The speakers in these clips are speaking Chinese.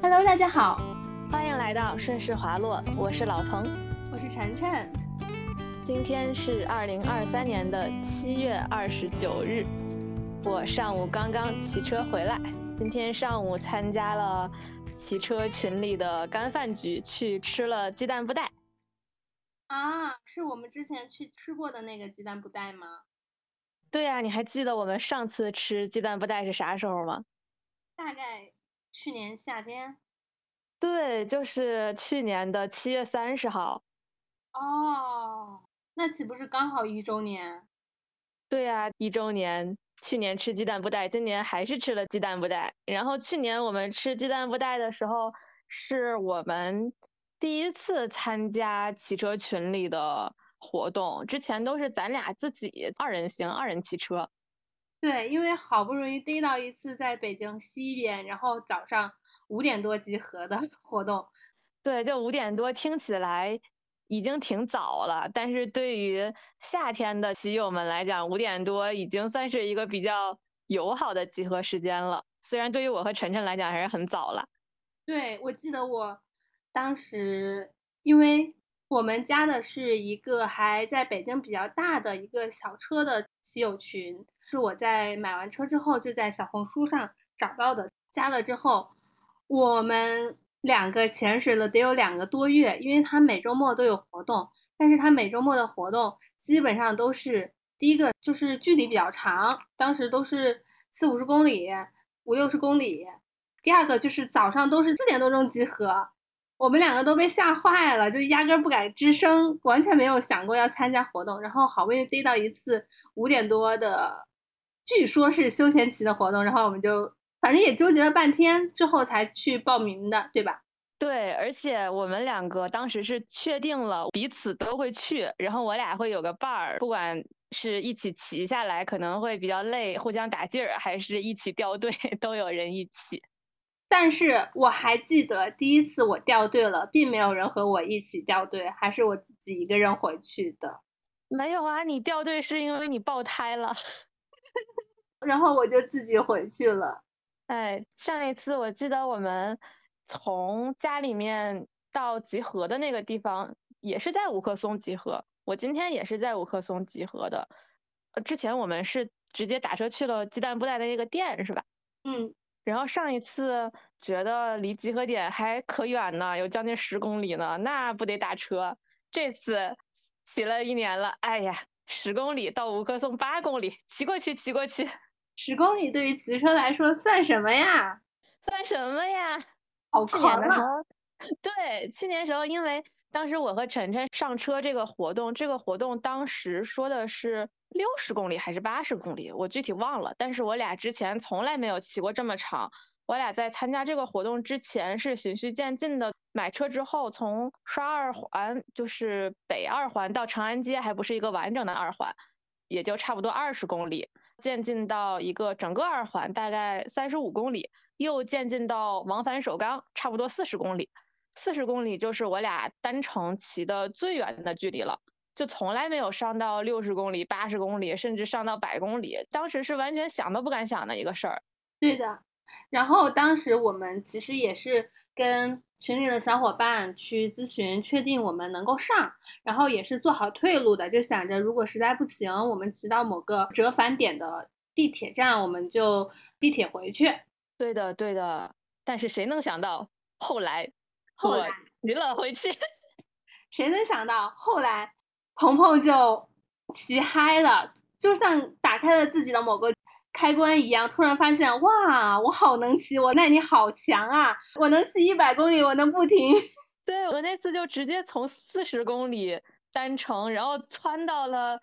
Hello，大家好， 欢迎来到顺势滑落，我是老彭， 我是晨晨。 今天是2023年的7月29日，我上午刚刚骑车回来。今天上午参加了骑车群里的干饭局，去吃了鸡蛋布袋。 啊，是我们之前去吃过的那个鸡蛋布袋吗？ 对呀，你还记得我们上次吃鸡蛋布袋是啥时候吗？ 大概去年夏天。 对，就是去年的7月30号。 哦，那岂不是刚好1周年？ 对呀，1周年。去年吃鸡蛋布袋，今年还是吃了鸡蛋布袋。然后去年我们吃鸡蛋布袋的时候，是我们第一次参加骑车群里的活动，之前都是咱俩自己二人行、二人骑车。 对，因为好不容易逮到一次在北京西边，然后早上5点多集合的活动。 对，就5点多，听起来已经挺早了，但是对于夏天的骑友们来讲，5点多已经算是一个比较友好的集合时间了。虽然对于我和晨晨来讲还是很早了。 对，我记得我当时，因为我们加的是一个还在北京比较大的一个小车的骑友群，是我在买完车之后就在小红书上找到的。加了之后，我们两个潜水了得有2个多月，因为他每周末都有活动，但是他每周末的活动基本上都是第一个就是距离比较长，当时都是40-50公里、50-60公里。第二个就是早上都是4点多钟集合，我们2个都被吓坏了，就压根不敢吱声，完全没有想过要参加活动。然后好不容易逮到一次5点多的，据说是休闲骑的活动，然后我们就反正也纠结了半天，之后才去报名的，对吧？ 对，而且我们2个当时是确定了彼此都会去，然后我俩会有个伴儿，不管是一起骑下来可能会比较累，互相打劲儿，还是一起掉队，都有人一起。 但是我还记得第一次我掉队了，并没有人和我一起掉队，还是我自己一个人回去的。 没有啊，你掉队是因为你爆胎了。 然后我就自己回去了。 哎，上一次我记得我们从家里面到集合的那个地方，也是在五棵松集合。我今天也是在五棵松集合的。之前我们是直接打车去了鸡蛋布袋的那个店，是吧？ 嗯。 然后上一次觉得离集合点还可远呢，有将近10公里呢，那不得打车。这次骑了1年了，哎呀，10公里到五棵松8公里，骑过去，骑过去。 10公里对于骑车来说算什么呀？ 算什么呀？ 好去狂啊！ 年的时候，对，去年时候，因为当时我和晨晨上车这个活动，这个活动当时说的是60公里还是80公里，我具体忘了。但是我俩之前从来没有骑过这么长。我俩在参加这个活动之前是循序渐进的，买车之后从刷二环，就是北二环到长安街，还不是一个完整的二环，也就差不多20公里，渐进到一个整个二环，大概35公里。又渐进到往返首钢，差不多40公里。40公里就是我俩单程骑的最远的距离了，就从来没有上到60公里、80公里，甚至上到100公里。当时是完全想都不敢想的一个事儿。 对的。然后当时我们其实也是跟群里的小伙伴去咨询，确定我们能够上，然后也是做好退路的，就想着如果实在不行，我们骑到某个折返点的地铁站，我们就地铁回去。 对的，对的。但是谁能想到，后来我后来骑了回去。 谁能想到，后来鹏鹏就骑嗨了，就像打开了自己的某个开关一样，突然发现，哇，我好能骑，我耐力好强啊，我能骑100公里，我能不停。 对，我那次就直接从40公里单程，然后窜到了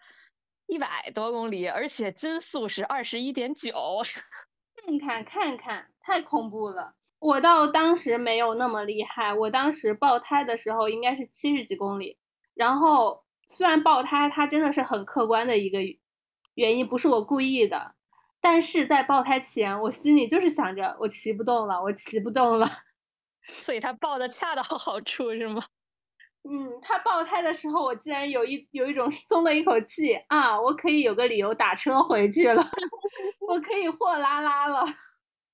100多公里，而且均速是21.9。 看看看看，太恐怖了！我到当时没有那么厉害，我当时爆胎的时候应该是70几公里，然后虽然爆胎，它真的是很客观的一个原因，不是我故意的，但是在爆胎前，我心里就是想着我骑不动了，我骑不动了。 所以他报的恰到好处是吗？ 嗯，它爆胎的时候，我竟然有一种松了一口气啊，我可以有个理由打车回去了，我可以货拉拉了。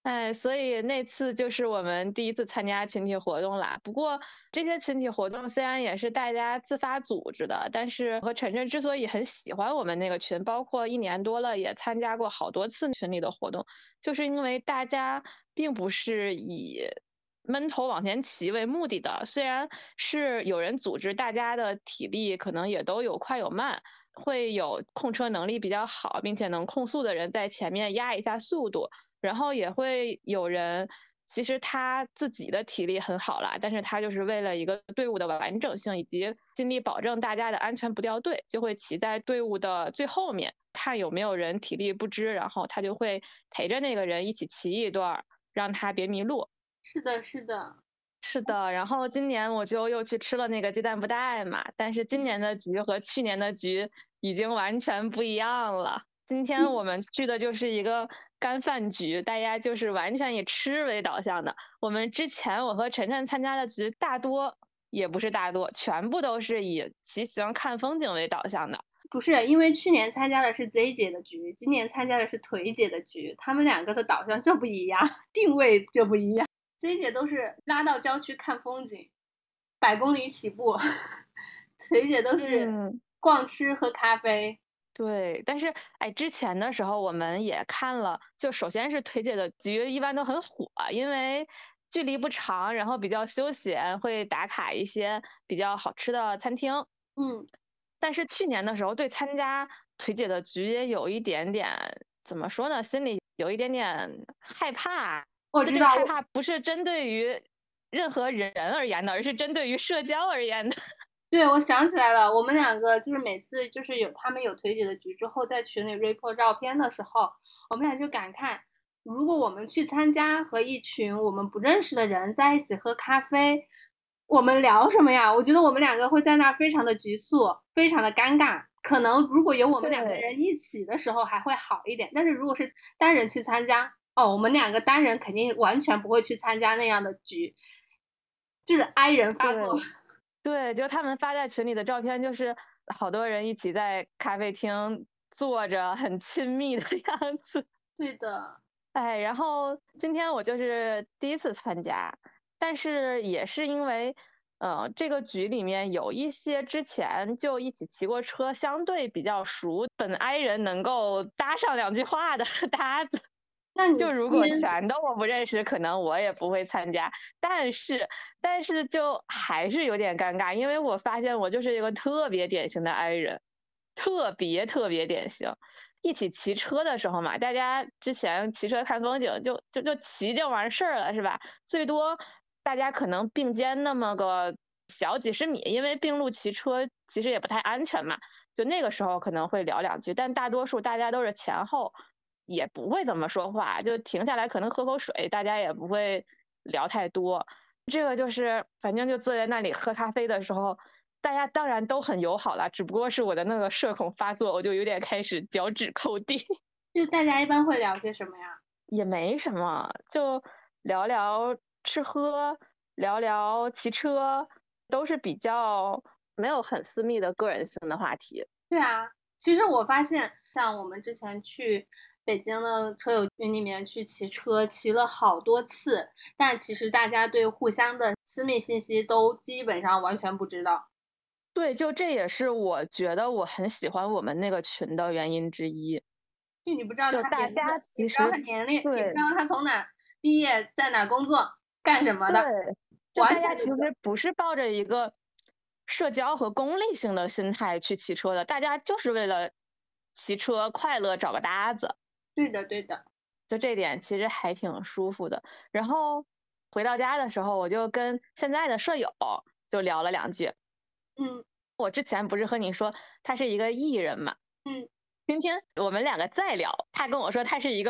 哎，所以那次就是我们第一次参加群体活动啦。不过这些群体活动虽然也是大家自发组织的，但是和晨晨之所以很喜欢我们那个群，包括1年多了也参加过好多次群里的活动，就是因为大家并不是以闷头往前骑为目的的，虽然是有人组织，大家的体力可能也都有快有慢。会有控车能力比较好，并且能控速的人在前面压一下速度，然后也会有人，其实他自己的体力很好啦，但是他就是为了一个队伍的完整性以及尽力保证大家的安全不掉队，就会骑在队伍的最后面，看有没有人体力不支，然后他就会陪着那个人一起骑一段，让他别迷路。 是的，是的。 是的，然后今年我就又去吃了那个鸡蛋布袋嘛，但是今年的局和去年的局已经完全不一样了。今天我们去的就是一个干饭局，大家就是完全以吃为导向的。我们之前我和晨晨参加的局大多也不是大多，全部都是以骑行看风景为导向的。 不是，因为去年参加的是 Z 姐的局，今年参加的是腿姐的局，他们两个的导向就不一样，定位就不一样。Z 姐都是拉到郊区看风景，100公里起步，腿姐都是逛吃喝咖啡。 对，但是哎，之前的时候我们也看了，就首先是腿姐的局一般都很火，因为距离不长，然后比较休闲，会打卡一些比较好吃的餐厅。但是去年的时候，对参加腿姐的局也有一点点，怎么说呢？心里有一点点害怕。 我知道， 这个害怕不是针对于任何人而言的，而是针对于社交而言的。 对，我想起来了，我们两个就是每次就是他们有腿姐的局之后，在群里 report 照片的时候，我们俩就感慨，如果我们去参加和一群我们不认识的人在一起喝咖啡，我们聊什么呀？我觉得我们两个会在那儿非常的局促，非常的尴尬。可能如果有我们两个人一起的时候还会好一点，但是如果是单人去参加，哦，我们两个单人肯定完全不会去参加那样的局，就是 i 人发作。 对，就他们发在群里的照片，就是好多人一起在咖啡厅坐着，很亲密的样子。 对的。 哎，然后今天我就是第一次参加，但是也是因为，这个局里面有一些之前就一起骑过车，相对比较熟，本 i 人能够搭上2句话的搭子。 那你就如果全都我不认识，可能我也不会参加。但是就还是有点尴尬，因为我发现我就是一个特别典型的 i 人，特别特别典型。一起骑车的时候嘛，大家之前骑车看风景就骑就完事儿了，是吧？最多大家可能并肩那么个小几十米，因为并路骑车其实也不太安全嘛。就那个时候可能会聊2句，但大多数大家都是前后。也不会怎么说话，就停下来可能喝口水，大家也不会聊太多。这个就是反正就坐在那里喝咖啡的时候，大家当然都很友好了，只不过是我的那个社恐发作，我就有点开始脚趾抠地。 就大家一般会聊些什么呀？ 也没什么，就聊聊吃喝，聊聊骑车，都是比较没有很私密的个人性的话题。 对啊，其实我发现，像我们之前去北京的车友群里面去骑车，骑了好多次，但其实大家对互相的私密信息都基本上完全不知道。 对，就这也是我觉得我很喜欢我们那个群的原因之一。 就你不知道就大他名字， 家其实也不知道他年龄，也不知对道他从哪毕业，在哪工作，干什么对， 的， 就完大家其实全不知道。 不是抱着一个社交和功利性的心态去骑车的，大家就是为了骑车快乐找个搭子。 对的，对的。 就这点其实还挺舒服的。然后回到家的时候，我就跟现在的舍友就聊了2句。我之前不是和你说他是一个 E 人嘛？今天我们2个再聊，他跟我说他是一个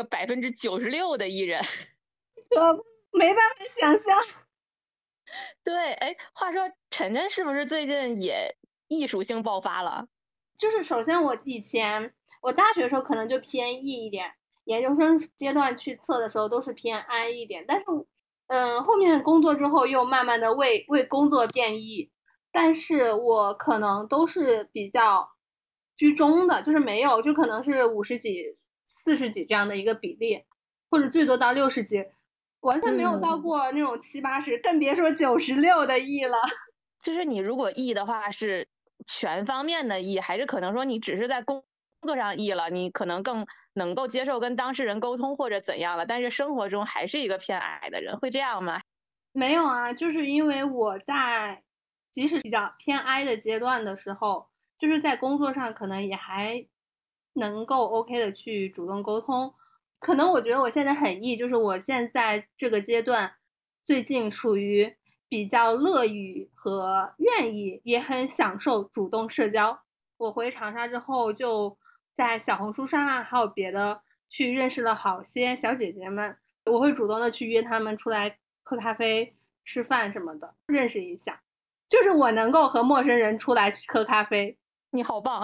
96%的 E 人。 我没办法想象。 对，哎，话说晨晨是不是最近也艺术性爆发了？ 就是首先我大学的时候可能就偏 E 一点，研究生阶段去测的时候都是偏 I 一点，但是后面工作之后又慢慢的为工作变 E，但是我可能都是比较居中的，就是没有就可能是50几40几这样的一个比例。 或者最多到60几，完全没有到嗯， 过那种70、80，更别说96的 E 了。 就是你如果 E 的话是全方面的 E，还是可能说你只是在工作上 E 了，你可能更能够接受跟当事人沟通或者怎样了，但是生活中还是一个偏 I 的人，会这样吗？ 没有啊，就是因为我在即使比较偏 I 的阶段的时候，就是在工作上可能也还能够 OK 的去主动沟通。可能我觉得我现在很 E，就是我现在这个阶段最近处于比较乐于和愿意，也很享受主动社交。我回长沙之后，就在小红书上啊，还有别的去认识了好些小姐姐们。我会主动的去约他们出来喝咖啡、吃饭什么的，认识一下。就是我能够和陌生人出来喝咖啡。 你好棒！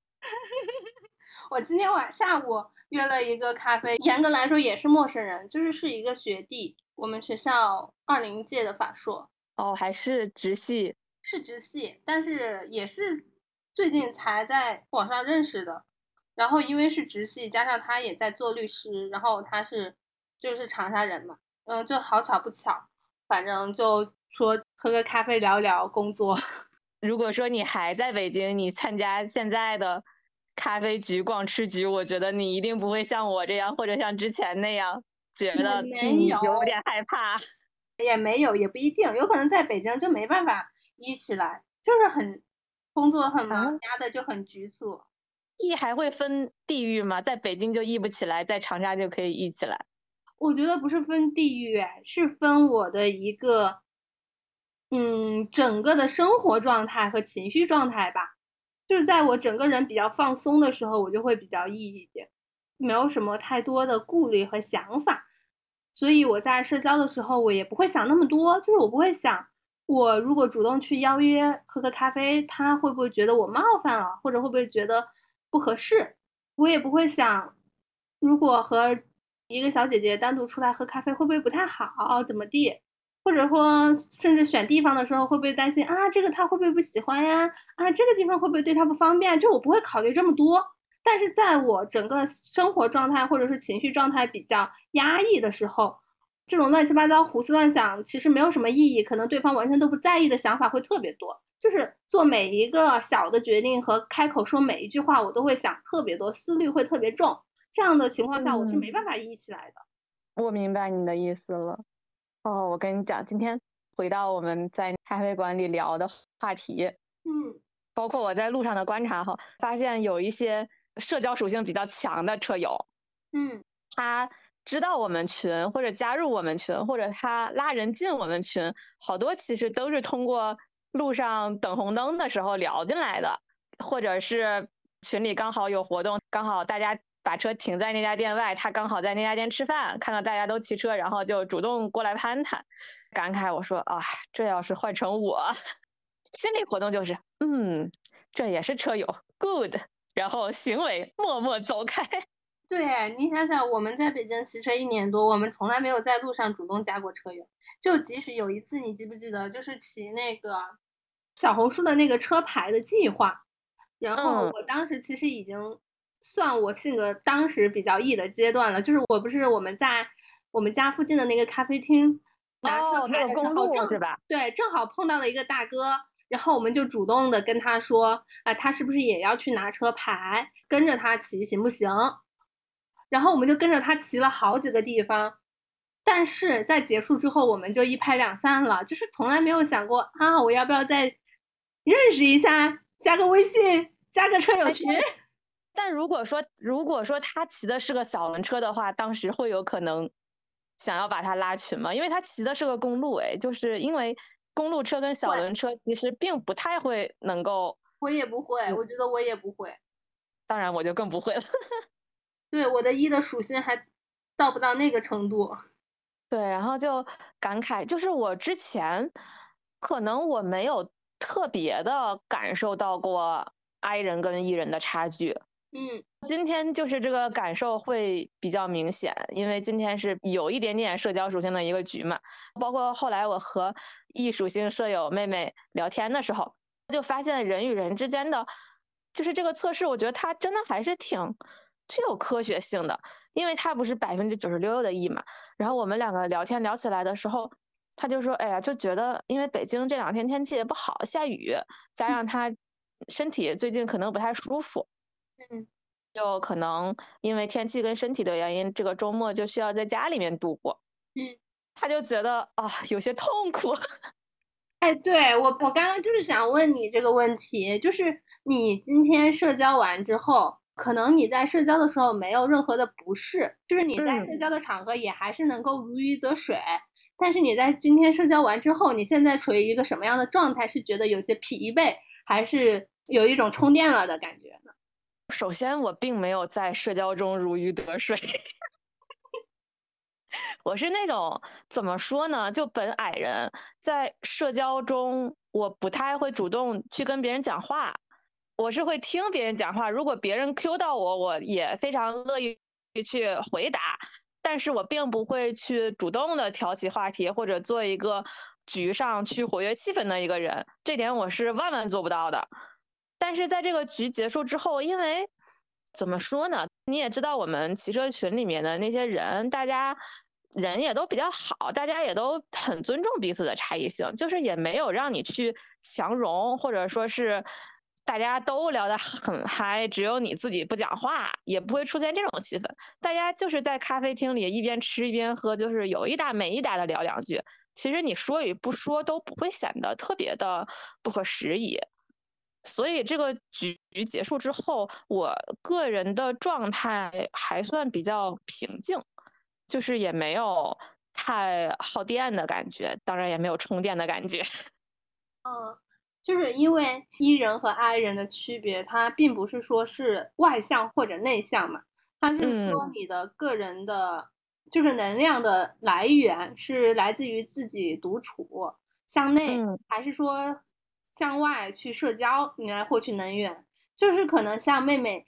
我今天下午约了一个咖啡，严格来说也是陌生人，是一个学弟，我们学校20届的法硕， 哦，还是直系。 是直系，但是也是最近才在网上认识的。然后因为是直系，加上他也在做律师，然后他就是长沙人嘛，就好巧不巧，反正就说喝个咖啡聊聊工作。 如果说你还在北京，你参加现在的咖啡局、逛吃局，我觉得你一定不会像我这样，或者像之前那样，觉也得没有， 有点害怕。 也没有，也不一定，有可能在北京就没办法一起来，就是工作很忙， 啊， 压的就很局促。 E 还会分地域吗？在北京就 E 不起来，在长沙就可以 E 起来。 我觉得不是分地域，是分我的一个整个的生活状态和情绪状态吧。就是在我整个人比较放松的时候，我就会比较 E 一点，没有什么太多的顾虑和想法。所以我在社交的时候，我也不会想那么多，就是我不会想，我如果主动去邀约喝个咖啡，他会不会觉得我冒犯了，或者会不会觉得不合适？我也不会想，如果和一个小姐姐单独出来喝咖啡，会不会不太好，怎么地？或者说，甚至选地方的时候，会不会担心啊，这个他会不会不喜欢呀？啊，这个地方会不会对他不方便？就我不会考虑这么多。但是在我整个生活状态或者是情绪状态比较压抑的时候，这种乱七八糟、胡思乱想其实没有什么意义，可能对方完全都不在意的想法会特别多。就是做每一个小的决定和开口说每一句话，我都会想特别多，思虑会特别重。这样的情况下，我是没嗯， 办法一起来的。 我明白你的意思了。哦，我跟你讲，今天回到我们在咖啡馆里聊的话题， 嗯包括我在路上的观察哈，发现有一些社交属性比较强的车友， 嗯他知道我们群，或者加入我们群，或者他拉人进我们群，好多其实都是通过路上等红灯的时候聊进来的，或者是群里刚好有活动，刚好大家把车停在那家店外，他刚好在那家店吃饭，看到大家都骑车，然后就主动过来攀谈，感慨我说啊，这要是换成我，心理活动就是，这也是车友，good，然后行为默默走开。 对，你想想，我们在北京骑车1年多，我们从来没有在路上主动加过车友。就即使有一次，你记不记得，就是骑那个小红书的那个车牌的计划，然后嗯， 我当时其实已经算我性格当时比较 E 的阶段了，就是我们在我们家附近的那个咖啡厅拿车哦，那牌的时候， 个公路是吧？ 对，正好碰到了一个大哥，然后我们就主动的跟他说，啊，他是不是也要去拿车牌，跟着他骑行不行？然后我们就跟着他骑了好几个地方，但是在结束之后，我们就一拍两散了，就是从来没有想过啊，我要不要再认识一下，加个微信，加个车友哎， 群。 但如果说他骑的是个小轮车的话，当时会有可能想要把他拉群吗？因为他骑的是个公路，哎，就是因为公路车跟小会， 轮车其实并不太会能够， 我也不会，我觉得我也不会。 当然我就更不会了。 对，我的 E 的属性还到不到那个程度。 对，然后就感慨，就是我之前可能我没有特别的感受到过 I 人跟 E 人的差距， 嗯今天就是这个感受会比较明显，因为今天是有一点点社交属性的一个局嘛。包括后来我和艺属性舍友妹妹聊天的时候，就发现人与人之间的，就是这个测试，我觉得它真的还是挺具有科学性的。 因为他不是96%的 E 嘛，然后我们两个聊天聊起来的时候，他就说，哎呀，就觉得因为北京这2天天气也不好，下雨，加上他身体最近可能不太舒服， 嗯就可能因为天气跟身体的原因，这个周末就需要在家里面度过。 嗯。 他就觉得啊，有些痛苦。 哎，对，我刚刚就是想问你这个问题，就是你今天社交完之后，可能你在社交的时候没有任何的不适，就是你在社嗯， 交的场合也还是能够如鱼得水，但是你在今天社交完之后，你现在处于一个什么样的状态？是觉得有些疲惫，还是有一种充电了的感觉呢？ 首先我并没有在社交中如鱼得水。我是那种怎么说呢，就本矮人，在社交中我不太会主动去跟别人讲话，我是会听别人讲话，如果别人 Q 到我，我也非常乐意去回答，但是我并不会去主动的挑起话题或者做一个局上去活跃气氛的一个人，这点我是万万做不到的。但是在这个局结束之后，因为怎么说呢，你也知道我们骑车群里面的那些人，大家人也都比较好，大家也都很尊重彼此的差异性，就是也没有让你去强融，或者说是大家都聊得很嗨，只有你自己不讲话，也不会出现这种气氛。大家就是在咖啡厅里一边吃一边喝，就是有一搭没一搭的聊两句。其实你说与不说都不会显得特别的不合时宜。所以这个局结束之后，我个人的状态还算比较平静，就是也没有太耗电的感觉，当然也没有充电的感觉。 嗯，就是因为 E 人和 I 人的区别，它并不是说是外向或者内向嘛，它是说嗯你的个人的，就是能量的来源是来自于自己独处，向内， 嗯， 还是说向外去社交，你来获取能源。就是可能像妹妹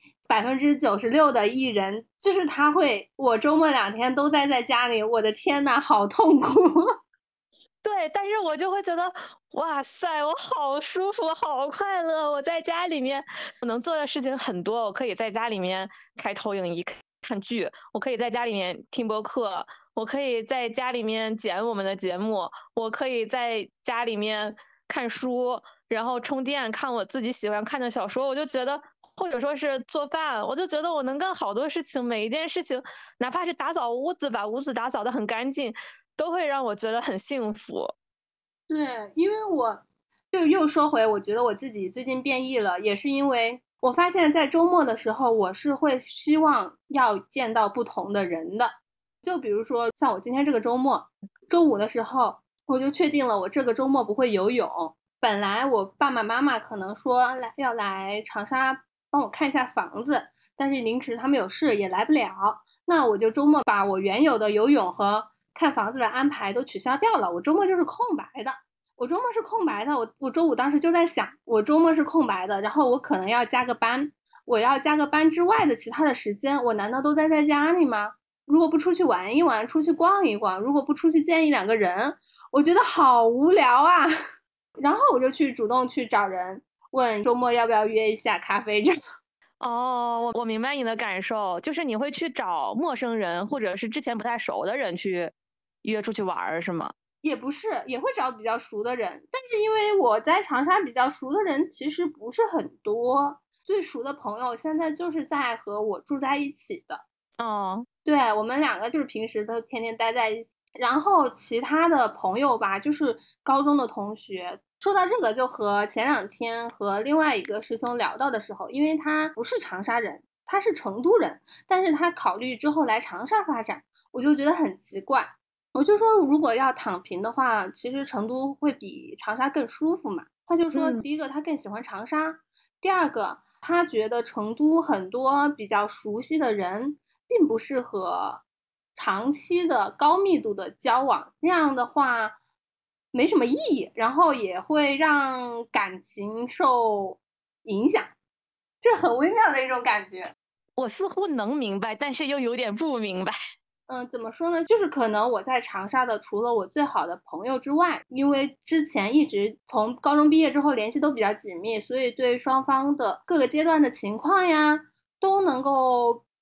96%的 E 人，就是他会，我周末2天都待在家里，我的天呐，好痛苦。 对，但是我就会觉得，哇塞，我好舒服，好快乐。我在家里面，我能做的事情很多，我可以在家里面开投影仪看剧，我可以在家里面听播客，我可以在家里面剪我们的节目，我可以在家里面看书，然后充电看我自己喜欢看的小说。我就觉得，或者说是做饭，我就觉得我能干好多事情，每一件事情，哪怕是打扫屋子，把屋子打扫得很干净。都会让我觉得很幸福。 对，因为我就又说回，我觉得我自己最近变异了，也是因为我发现，在周末的时候，我是会希望要见到不同的人的。就比如说，像我今天这个周末，周五的时候，我就确定了我这个周末不会游泳。本来我爸爸妈妈可能说要来长沙帮我看一下房子，但是临时他们有事也来不了，那我就周末把我原有的游泳和看房子的安排都取消掉了，我周末就是空白的。我周末是空白的，我周五当时就在想，我周末是空白的，然后我可能要加个班，我要加个班之外的其他的时间，我难道都待在家里吗？如果不出去玩一玩，出去逛一逛，如果不出去见1、2个人，我觉得好无聊啊。然后我就去主动去找人问周末要不要约一下咖啡这样。 哦，我明白你的感受，就是你会去找陌生人或者是之前不太熟的人去约出去玩儿，是吗？ 也不是，也会找比较熟的人，但是因为我在长沙比较熟的人其实不是很多，最熟的朋友现在就是在和我住在一起的。 哦， 对，我们2个就是平时都天天待在一起，然后其他的朋友吧，就是高中的同学。说到这个，就和前2天和另外一个师兄聊到的时候，因为他不是长沙人，他是成都人，但是他考虑之后来长沙发展，我就觉得很奇怪。我就说，如果要躺平的话，其实成都会比长沙更舒服嘛。他就说， 嗯第一个他更喜欢长沙，第二个他觉得成都很多比较熟悉的人并不适合长期的高密度的交往，那样的话没什么意义，然后也会让感情受影响，这很微妙的一种感觉。 我似乎能明白，但是又有点不明白。 怎么说呢？就是可能我在长沙的，除了我最好的朋友之外，因为之前一直从高中毕业之后联系都比较紧密，所以对双方的各个阶段的情况呀，都能够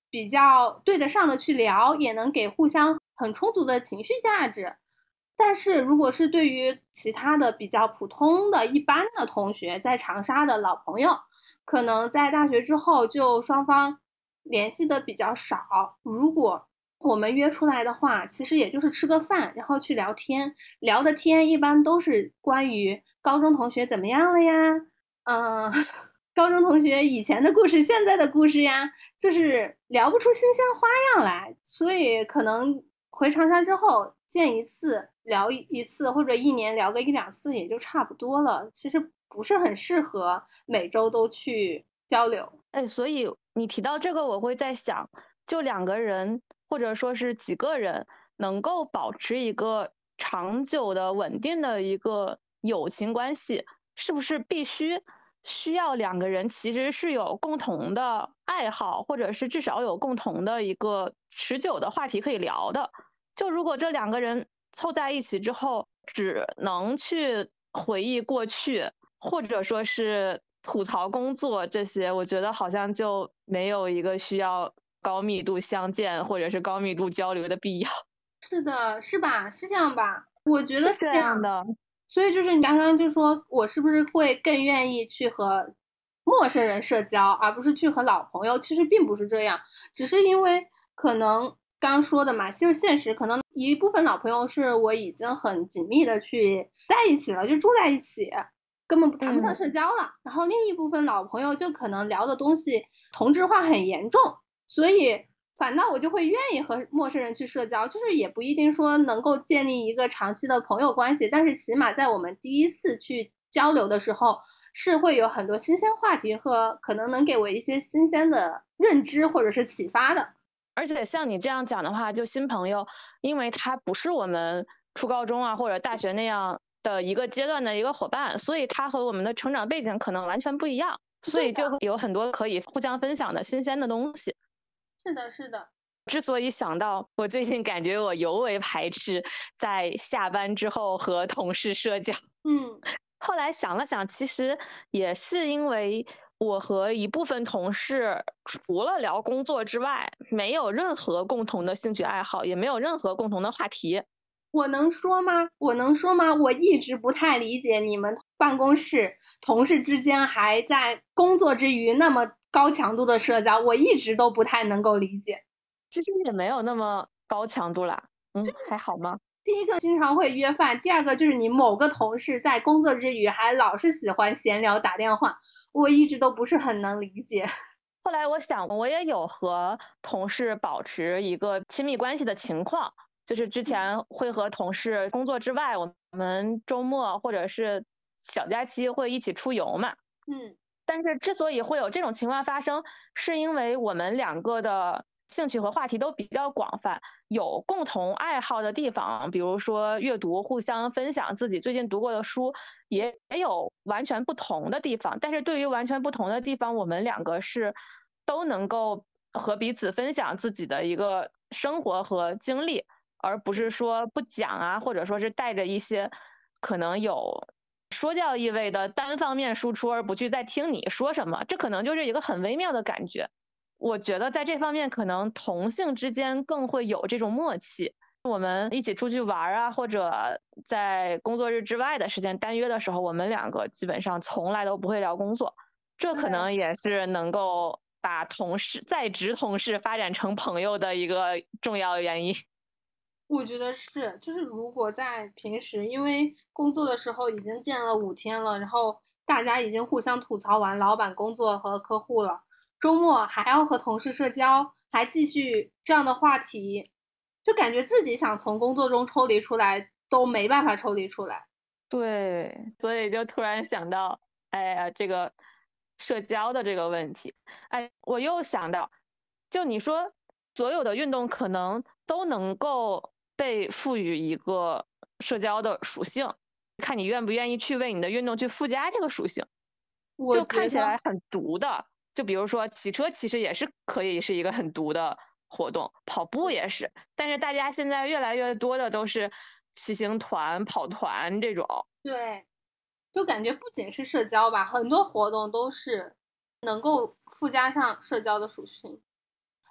比较对得上的去聊，也能给互相很充足的情绪价值。但是如果是对于其他的比较普通的一般的同学，在长沙的老朋友，可能在大学之后就双方联系的比较少。如果我们约出来的话，其实也就是吃个饭，然后去聊天，聊的天一般都是关于高中同学怎么样了呀，嗯，高中同学以前的故事、现在的故事呀，就是聊不出新鲜花样来，所以可能回长沙之后见一次聊一次，或者一年聊个一两次也就差不多了。其实不是很适合每周都去交流。 哎，所以你提到这个，我会在想，就两个人或者说是几个人能够保持一个长久的、稳定的一个友情关系，是不是需要两个人其实是有共同的爱好，或者是至少有共同的一个持久的话题可以聊的？就如果这两个人凑在一起之后，只能去回忆过去，或者说是吐槽工作这些，我觉得好像就没有一个需要高密度相见或者是高密度交流的必要。 是的，是吧？是这样吧？我觉得是这是这样。 样的。 所以就是你刚刚就说我是不是会更愿意去和陌生人社交，而不是去和老朋友？其实并不是这样，只是因为可能刚说的嘛，就现实可能一部分老朋友是我已经很紧密的去在一起了，就住在一起，根本谈不上社交了。然后另一部分老朋友就可能聊的东西同质化很严重，所以反倒我就会愿意和陌生人去社交，就是也不一定说能够建立一个长期的朋友关系，但是起码在我们第一次去交流的时候，是会有很多新鲜话题和可能能给我一些新鲜的认知或者是启发的。 而且像你这样讲的话，就新朋友，因为他不是我们初高中啊或者大学那样的一个阶段的一个伙伴，所以他和我们的成长背景可能完全不一样，所以就会有很多可以互相分享的新鲜的东西。 是的，是的。 之所以想到，我最近感觉我尤为排斥在下班之后和同事社交。 嗯， 后来想了想，其实也是因为我和一部分同事除了聊工作之外，没有任何共同的兴趣爱好，也没有任何共同的话题。 我能说吗？我能说吗？我一直不太理解你们办公室同事之间还在工作之余那么高强度的社交，我一直都不太能够理解。 其实也没有那么高强度啦，还好吗？ 第一个经常会约饭，第二个就是你某个同事在工作之余还老是喜欢闲聊打电话，我一直都不是很能理解。 后来我想，我也有和同事保持一个亲密关系的情况，就是之前会和同事工作之外，我们周末或者是小假期会一起出游嘛。 嗯， 但是之所以会有这种情况发生，是因为我们两个的兴趣和话题都比较广泛，有共同爱好的地方，比如说阅读，互相分享自己最近读过的书，也有完全不同的地方。但是对于完全不同的地方，我们两个是都能够和彼此分享自己的一个生活和经历，而不是说不讲啊，或者说是带着一些可能有说教意味的单方面输出，而不去再听你说什么，这可能就是一个很微妙的感觉。我觉得在这方面，可能同性之间更会有这种默契。我们一起出去玩啊，或者在工作日之外的时间单约的时候，我们两个基本上从来都不会聊工作，这可能也是能够把在职同事发展成朋友的一个重要原因。 我觉得是，就是如果在平时，因为工作的时候已经见了5天了，然后大家已经互相吐槽完老板工作和客户了，周末还要和同事社交，还继续这样的话题，就感觉自己想从工作中抽离出来都没办法抽离出来。 对，所以就突然想到，哎呀，这个社交的这个问题，哎，我又想到，就你说所有的运动可能都能够被赋予一个社交的属性，看你愿不愿意去为你的运动去附加这个属性，就看我觉得起来很毒的，就比如说骑车，其实也是可以是一个很毒的活动，跑步也是，但是大家现在越来越多的都是骑行团、跑团这种。 对，就感觉不仅是社交吧，很多活动都是能够附加上社交的属性。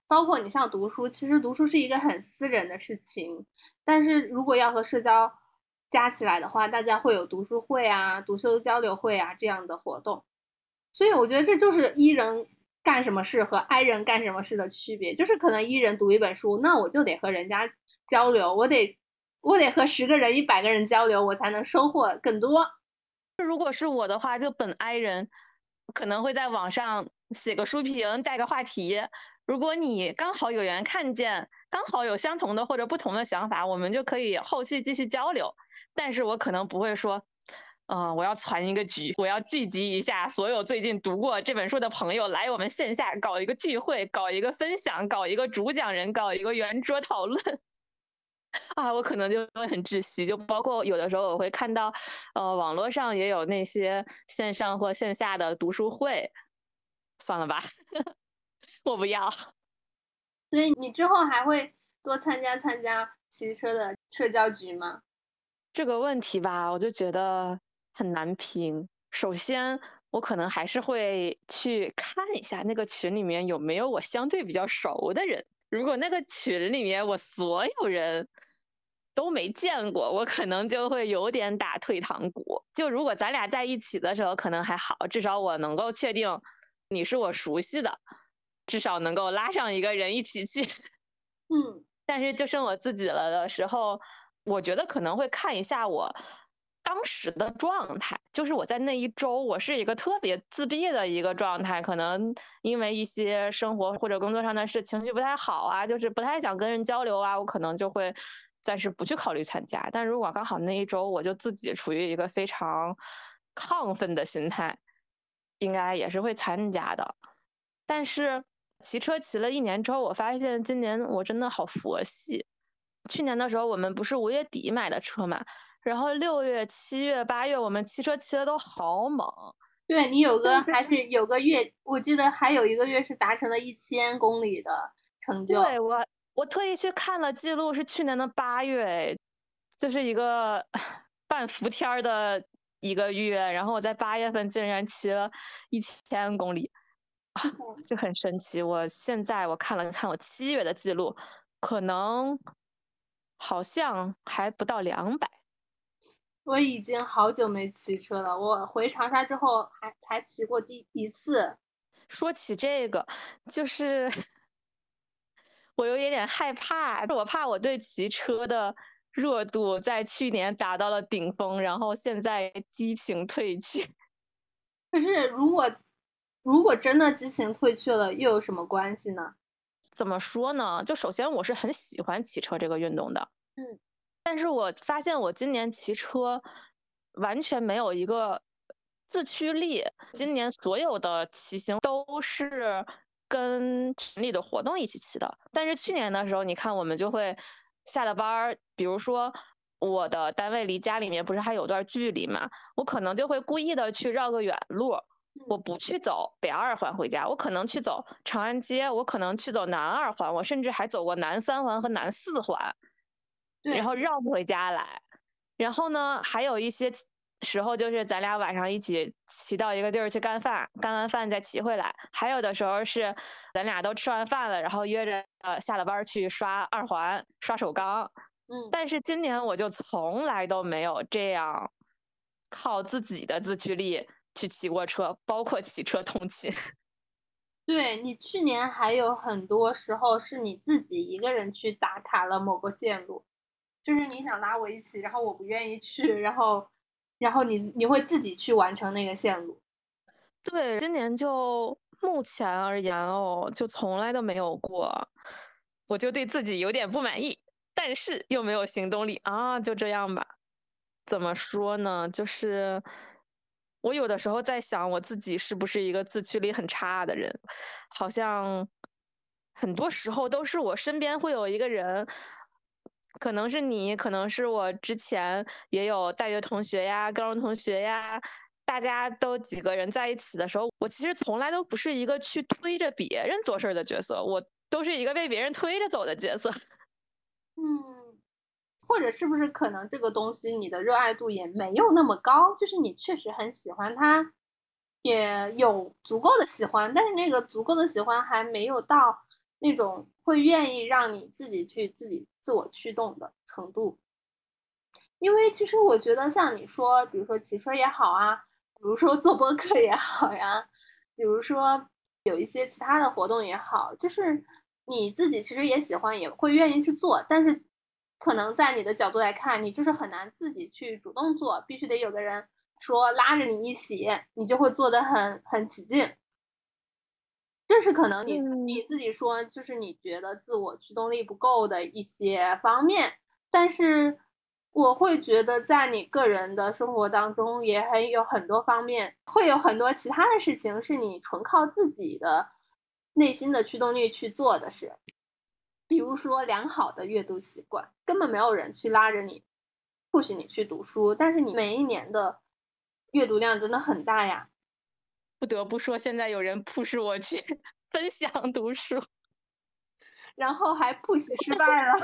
包括你像读书，其实读书是一个很私人的事情，但是如果要和社交加起来的话，大家会有读书会啊、读书交流会啊这样的活动。所以我觉得这就是 E 人干什么事和 I 人干什么事的区别，就是可能 E 人读一本书，那我就得和人家交流，我得和10个人、100个人交流，我才能收获更多。 如果是我的话，就本 I 人可能会在网上写个书评，带个话题。如果你刚好有缘看见，刚好有相同的或者不同的想法，我们就可以后续继续交流。但是我可能不会说，我要攒一个局，我要聚集一下所有最近读过这本书的朋友来我们线下搞一个聚会，搞一个分享，搞一个主讲人，搞一个圆桌讨论。啊，我可能就会很窒息，就包括有的时候我会看到，网络上也有那些线上或线下的读书会，算了吧，我不要。 所以你之后还会多参加骑车的社交局吗？ 这个问题吧，我就觉得很难评。首先，我可能还是会去看一下那个群里面有没有我相对比较熟的人。如果那个群里面我所有人都没见过，我可能就会有点打退堂鼓。就如果咱俩在一起的时候，可能还好，至少我能够确定你是我熟悉的，至少能够拉上一个人一起去。 嗯。 但是就剩我自己了的时候，我觉得可能会看一下我当时的状态，就是我在那一周，我是一个特别自闭的一个状态，可能因为一些生活或者工作上的事，情绪不太好啊，就是不太想跟人交流啊，我可能就会暂时不去考虑参加。但如果刚好那一周我就自己处于一个非常亢奋的心态，应该也是会参加的。但是骑车骑了1年之后，我发现今年我真的好佛系。去年的时候，我们不是5月底买的车嘛，然后6月、7月、8月，我们骑车骑的都好猛。 对你还是有个月，我记得还有一个月是达成了1000公里的成就。 对，我特意去看了记录，是去年的8月，就是一个半伏天的一个月，然后我在8月份竟然骑了1000公里，就很神奇。现在我看了看我7月的记录，可能好像还不到200。 我已经好久没骑车了，我回长沙之后还才骑过第一次。 说起这个，就是我有一点害怕，我怕我对骑车的热度在去年达到了顶峰，然后现在激情褪去。 可是如果真的激情褪去了，又有什么关系呢？ 怎么说呢？就首先我是很喜欢骑车这个运动的， 嗯。 但是我发现我今年骑车完全没有一个自驱力。今年所有的骑行都是跟群里的活动一起骑的，但是去年的时候，你看我们就会下了班儿，比如说我的单位离家里面不是还有段距离嘛，我可能就会故意的去绕个远路。我不去走北2环回家，我可能去走长安街，我可能去走南2环，我甚至还走过南3环和南4环，然对。 后绕回家来。然后呢，还有一些时候就是咱俩晚上一起骑到一个地儿去干饭，干完饭再骑回来。还有的时候是咱俩都吃完饭了，然后约着下了班去刷2环、刷首钢。 嗯。 但是今年我就从来都没有这样靠自己的自驱力去骑过车，包括骑车通勤。 对，你去年还有很多时候是你自己一个人去打卡了某个线路，就是你想拉我一起，然后我不愿意去，然后你会自己去完成那个线路。 对，今年就目前而言哦，就从来都没有过，我就对自己有点不满意，但是又没有行动力啊，就这样吧。怎么说呢？就是我有的时候在想，我自己是不是一个自驱力很差的人？好像很多时候都是我身边会有一个人，可能是你，可能是我之前也有大学同学呀、高中同学呀，大家都几个人在一起的时候，我其实从来都不是一个去推着别人做事的角色，我都是一个被别人推着走的角色。 嗯。或者是不是可能这个东西你的热爱度也没有那么高，就是你确实很喜欢它，也有足够的喜欢，但是那个足够的喜欢还没有到那种会愿意让你自己去自己自我驱动的程度。因为其实我觉得像你说，比如说骑车也好啊，比如说做播客也好呀，比如说有一些其他的活动也好，就是你自己其实也喜欢，也会愿意去做，但是可能在你的角度来看，你就是很难自己去主动做，必须得有个人说拉着你一起，你就会做得很起劲。这是可能你自己说，就是你觉得自我驱动力不够的一些方面，但是我会觉得在你个人的生活当中也有很多方面，会有很多其他的事情是你纯靠自己的内心的驱动力去做的事，比如说良好的阅读习惯，根本没有人去拉着你，push你去读书，但是你每一年的阅读量真的很大呀。 不得不说，现在有人 push 我去分享读书， 然后还 push 失败了。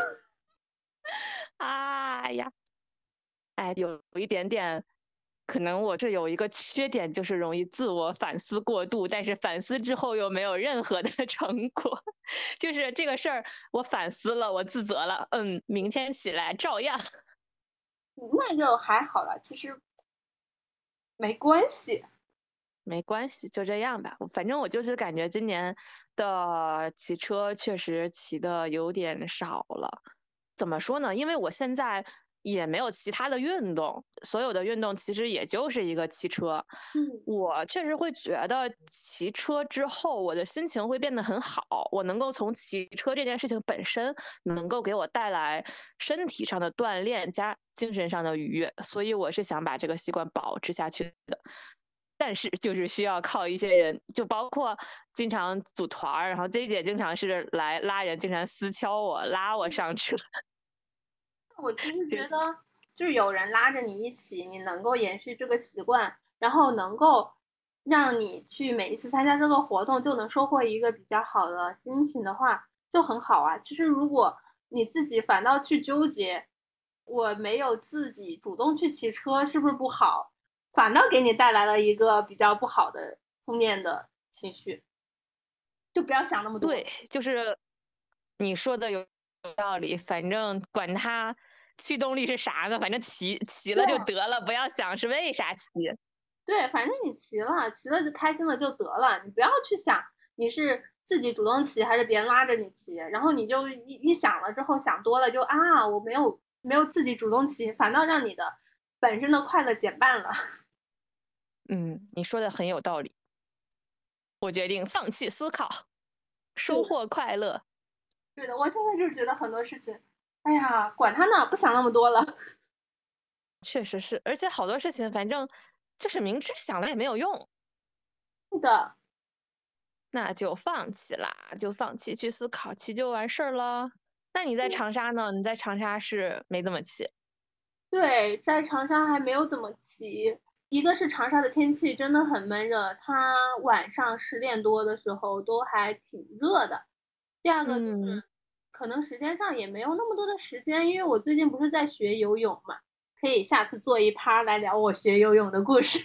哎呀，哎，有一点点，可能我这有一个缺点，就是容易自我反思过度，但是反思之后又没有任何的成果，就是这个事儿，我反思了，我自责了，明天起来照样。 那就还好了，其实没关系。 没关系，就这样吧。反正我就是感觉今年的骑车确实骑的有点少了。怎么说呢？因为我现在也没有其他的运动，所有的运动其实也就是一个骑车。 嗯， 我确实会觉得骑车之后，我的心情会变得很好。我能够从骑车这件事情本身，能够给我带来身体上的锻炼加精神上的愉悦，所以我是想把这个习惯保持下去的。但是就是需要靠一些人，就包括经常组团儿，然后 J 姐经常是来拉人，经常私敲我，拉我上车。 我其实就觉得，就是有人拉着你一起，你能够延续这个习惯，然后能够让你去每一次参加这个活动就能收获一个比较好的心情的话，就很好啊。其实如果你自己反倒去纠结，我没有自己主动去骑车是不是不好，反倒给你带来了一个比较不好的负面的情绪，就不要想那么多。 对，就是你说的有道理。反正管它驱动力是啥呢，反正骑了就对。 得了，不要想是为啥骑。 对，反正你骑了，骑了就开心了就得了，你不要去想你是自己主动骑还是别人拉着你骑，然后你就一想了之后想多了就啊，我没有自己主动骑，反倒让你的本身的快乐减半了。 你说的很有道理。我决定放弃思考， 对收获快乐。 对的，我现在就是觉得很多事情，哎呀，管他呢，不想那么多了。 确实是，而且好多事情，反正就是明知想了也没有用。 是的， 那就放弃啦，就放弃去思考，骑就完事儿了。那你在长沙呢？你在长沙是没怎么骑。 对，在长沙还没有怎么骑。一个是长沙的天气真的很闷热，它晚上10点多的时候都还挺热的。第二个就是嗯， 可能时间上也没有那么多的时间，因为我最近不是在学游泳嘛，可以下次做一趴来聊我学游泳的故事。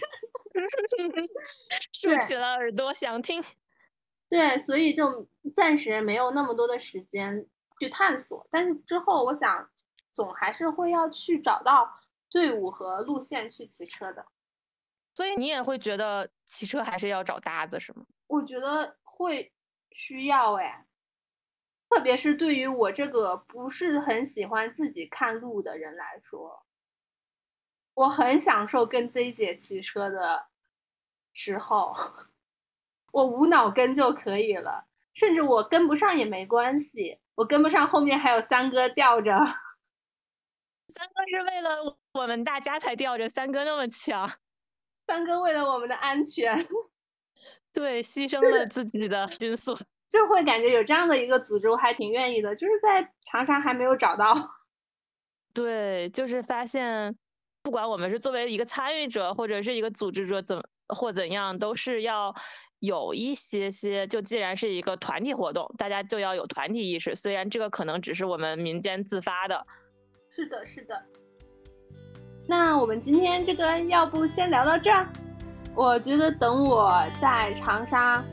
对竖起了耳朵想听。 对，所以就暂时没有那么多的时间去探索，但是之后我想总还是会要去找到队伍和路线去骑车的。 所以你也会觉得骑车还是要找搭子是吗？ 我觉得会需要哎，特别是对于我这个不是很喜欢自己看路的人来说，我很享受跟 Z 姐骑车的时候，我无脑跟就可以了，甚至我跟不上也没关系，我跟不上后面还有三哥吊着， 三哥是为了我们大家才吊着，三哥那么强。 三哥为了我们的安全， 对，牺牲了自己的军速。 就会感觉有这样的一个组织，我还挺愿意的，就是在长沙还没有找到。 对，就是发现，不管我们是作为一个参与者或者是一个组织者，怎样，都是要有一些，就既然是一个团体活动，大家就要有团体意识。虽然这个可能只是我们民间自发的。 是的，是的。那我们今天要不先聊到这儿？我觉得等我在长沙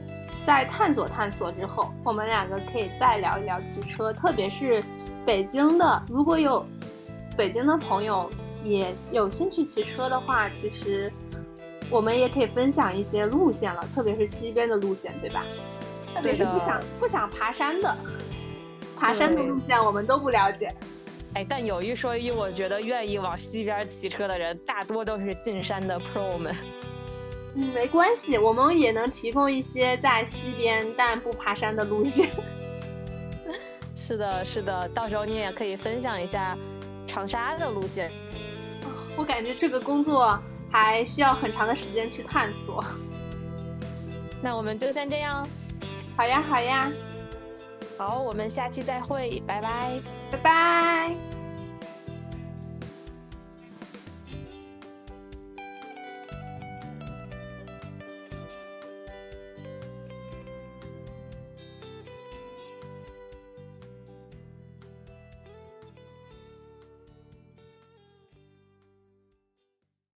在探索探索之后，我们两个可以再聊一聊骑车，特别是北京的，如果有北京的朋友也有兴趣骑车的话，其实我们也可以分享一些路线了，特别是西边的路线，对吧？特别是不想爬山的路线我们都不了解。 哎，但有一说一，我觉得愿意往西边骑车的人大多都是进山的 pro 们。 没关系，我们也能提供一些在西边但不爬山的路线。 是的，是的，到时候你也可以分享一下长沙的路线。 我感觉这个工作还需要很长的时间去探索。 那我们就先这样。 好呀，好呀。 好，我们下期再会，拜拜。 拜拜。